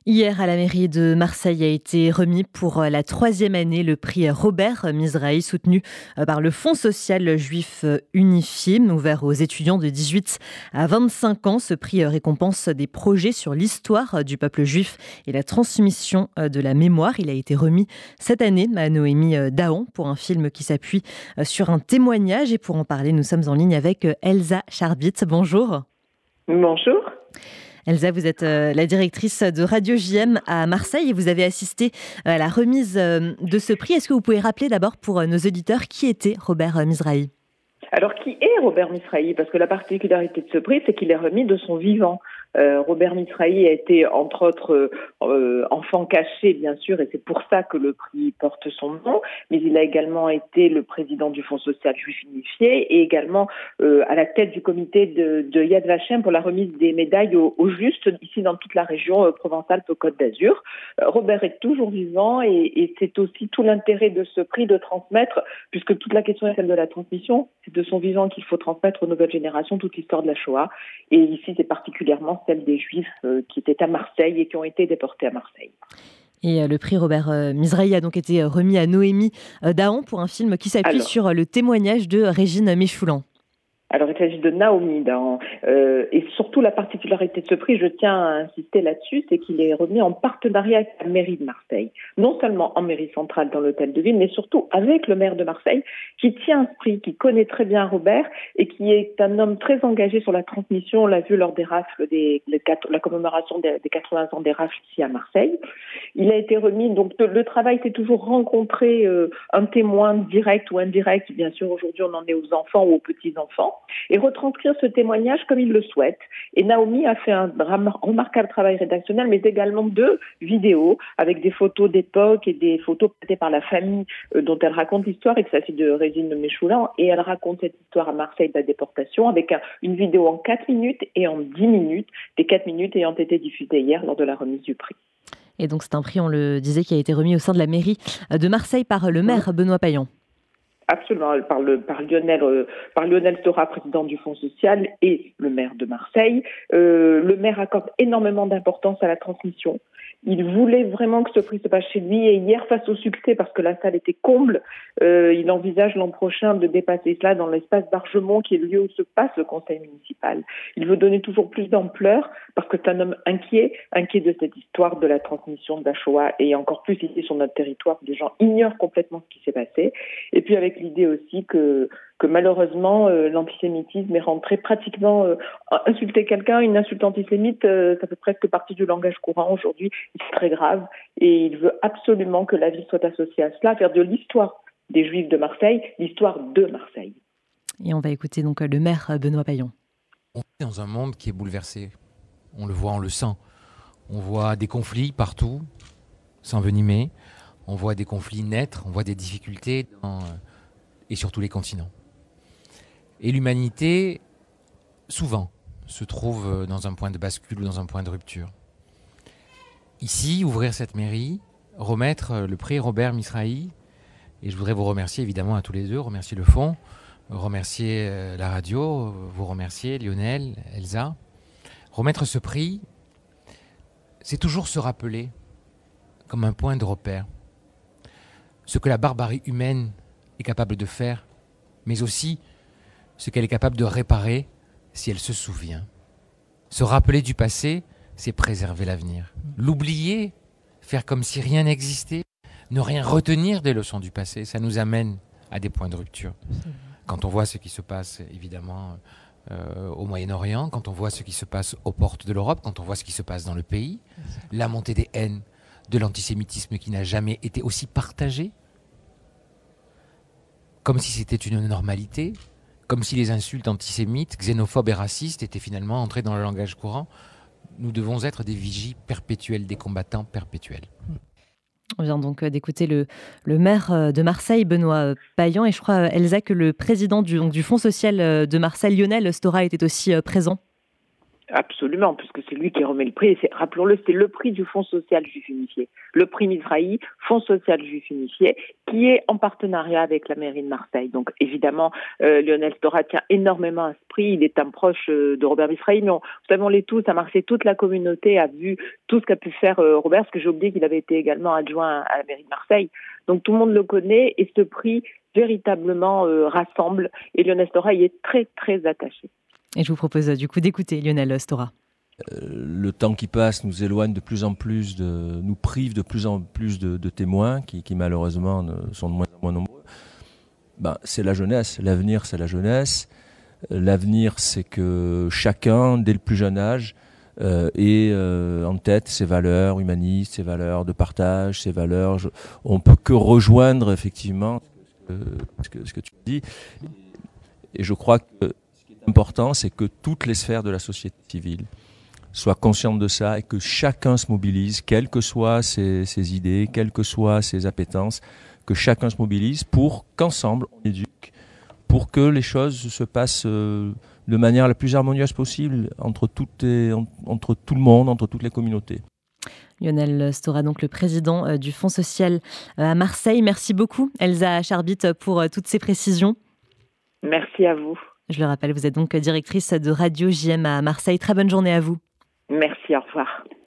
Hier, à la mairie de Marseille a été remis pour la 3e année le prix Robert Mizrahi, soutenu par le Fonds social juif unifié, ouvert aux étudiants de 18 à 25 ans. Ce prix récompense des projets sur l'histoire du peuple juif et la transmission de la mémoire. Il a été remis cette année à Noémie Dahan pour un film qui s'appuie sur un témoignage. Et pour en parler, nous sommes en ligne avec Elsa Charbit. Bonjour. Bonjour. Elsa, vous êtes la directrice de Radio JM à Marseille et vous avez assisté à la remise de ce prix. Est-ce que vous pouvez rappeler d'abord pour nos auditeurs qui était Robert Mizrahi ? Alors, qui est Robert Mizrahi ? Parce que la particularité de ce prix, c'est qu'il est remis de son vivant. Robert Mizrahi a été, entre autres, enfant caché, bien sûr, et c'est pour ça que le prix porte son nom, mais il a également été le président du Fonds social juif unifié et également à la tête du comité de Yad Vashem pour la remise des médailles aux justes, ici dans toute la région Provence-Alpes-Côte d'Azur. Robert est toujours vivant et c'est aussi tout l'intérêt de ce prix de transmettre, puisque toute la question est celle de la transmission, c'est de son vivant qu'il faut transmettre aux nouvelles générations toute l'histoire de la Shoah. Et ici, c'est particulièrement celle des Juifs qui étaient à Marseille et qui ont été déportés à Marseille. Et le prix Robert Mizrahi a donc été remis à Noémie Dahan pour un film qui s'appuie sur le témoignage de Régine Méchoulan. Alors, il s'agit de Naomi Dahan. Et surtout, la particularité de ce prix, je tiens à insister là-dessus, c'est qu'il est remis en partenariat avec la mairie de Marseille. Non seulement en mairie centrale dans l'hôtel de ville, mais surtout avec le maire de Marseille, qui tient ce prix, qui connaît très bien Robert et qui est un homme très engagé sur la transmission. On l'a vu lors des rafles, la commémoration des 80 ans des rafles ici à Marseille. Il a été remis, donc le travail, c'est toujours rencontrer un témoin direct ou indirect. Bien sûr, aujourd'hui, on en est aux enfants ou aux petits-enfants. Et retranscrire ce témoignage comme il le souhaite. Et Naomi a fait un remarquable travail rédactionnel, mais également de vidéos avec des photos d'époque et des photos prêtées par la famille dont elle raconte l'histoire. Il s'agit de Régine Méchoulan et elle raconte cette histoire à Marseille de la déportation avec une vidéo en 4 minutes et en 10 minutes, les 4 minutes ayant été diffusées hier lors de la remise du prix. Et donc c'est un prix, on le disait, qui a été remis au sein de la mairie de Marseille par le maire Benoît Payan. Absolument, par Lionel Stora, président du Fonds social, et le maire de Marseille. Le maire accorde énormément d'importance à la transmission. Il voulait vraiment que ce prix se passe chez lui et hier, face au succès, parce que la salle était comble, il envisage l'an prochain de dépasser cela dans l'espace d'Argemont, qui est le lieu où se passe le conseil municipal. Il veut donner toujours plus d'ampleur parce que c'est un homme inquiet de cette histoire de la transmission de la Shoah et encore plus ici sur notre territoire où les gens ignorent complètement ce qui s'est passé. Et puis avec l'idée aussi que malheureusement l'antisémitisme est rentré pratiquement insulter quelqu'un, une insulte antisémite, ça fait presque partie du langage courant aujourd'hui, c'est très grave et il veut absolument que la ville soit associée à cela, faire de l'histoire des Juifs de Marseille, l'histoire de Marseille. Et on va écouter donc le maire Benoît Payan. On est dans un monde qui est bouleversé, on le voit, on le sent, on voit des conflits partout, s'envenimer, on voit des conflits naître, on voit des difficultés et sur tous les continents. Et l'humanité, souvent, se trouve dans un point de bascule ou dans un point de rupture. Ici, ouvrir cette mairie, remettre le prix Robert Mizrahi, et je voudrais vous remercier évidemment à tous les deux, remercier le Fonds, remercier la radio, vous remercier Lionel, Elsa. Remettre ce prix, c'est toujours se rappeler, comme un point de repère, ce que la barbarie humaine est capable de faire, mais aussi ce qu'elle est capable de réparer si elle se souvient. Se rappeler du passé, c'est préserver l'avenir. L'oublier, faire comme si rien n'existait, ne rien retenir des leçons du passé, ça nous amène à des points de rupture. Quand on voit ce qui se passe, évidemment, au Moyen-Orient, quand on voit ce qui se passe aux portes de l'Europe, quand on voit ce qui se passe dans le pays, la montée des haines, de l'antisémitisme qui n'a jamais été aussi partagé, comme si c'était une normalité, comme si les insultes antisémites, xénophobes et racistes étaient finalement entrées dans le langage courant. Nous devons être des vigies perpétuelles, des combattants perpétuels. On vient donc d'écouter le maire de Marseille, Benoît Payan, et je crois, Elsa, que le président du Fonds social de Marseille, Lionel Stora, était aussi présent. Absolument, puisque c'est lui qui remet le prix. Rappelons-le, c'est le prix du Fonds social juif unifié. Le prix Mizrahi, Fonds social juif unifié, qui est en partenariat avec la mairie de Marseille. Donc évidemment, Lionel Stora tient énormément à ce prix. Il est un proche de Robert Mizrahi. Mais nous savons les tous, à Marseille, toute la communauté a vu tout ce qu'a pu faire Robert, parce que j'ai oublié qu'il avait été également adjoint à la mairie de Marseille. Donc tout le monde le connaît et ce prix véritablement rassemble. Et Lionel Stora y est très, très attaché. Et je vous propose du coup d'écouter Lionel Stora. Le temps qui passe nous éloigne de plus en plus, nous prive de plus en plus de témoins qui malheureusement sont de moins en moins nombreux. C'est la jeunesse. L'avenir, c'est la jeunesse. L'avenir, c'est que chacun, dès le plus jeune âge, ait en tête ses valeurs humanistes, ses valeurs de partage, ses valeurs. On peut que rejoindre effectivement ce que tu dis. Et je crois que important, c'est que toutes les sphères de la société civile soient conscientes de ça et que chacun se mobilise, quelles que soient ses idées, quelles que soient ses appétences, que chacun se mobilise pour qu'ensemble on éduque, pour que les choses se passent de manière la plus harmonieuse possible entre tout le monde, entre toutes les communautés. Lionel Stora, donc le président du Fonds social à Marseille. Merci beaucoup Elsa Charbit pour toutes ces précisions. Merci à vous. Je le rappelle, vous êtes donc directrice de Radio JM à Marseille. Très bonne journée à vous. Merci, au revoir.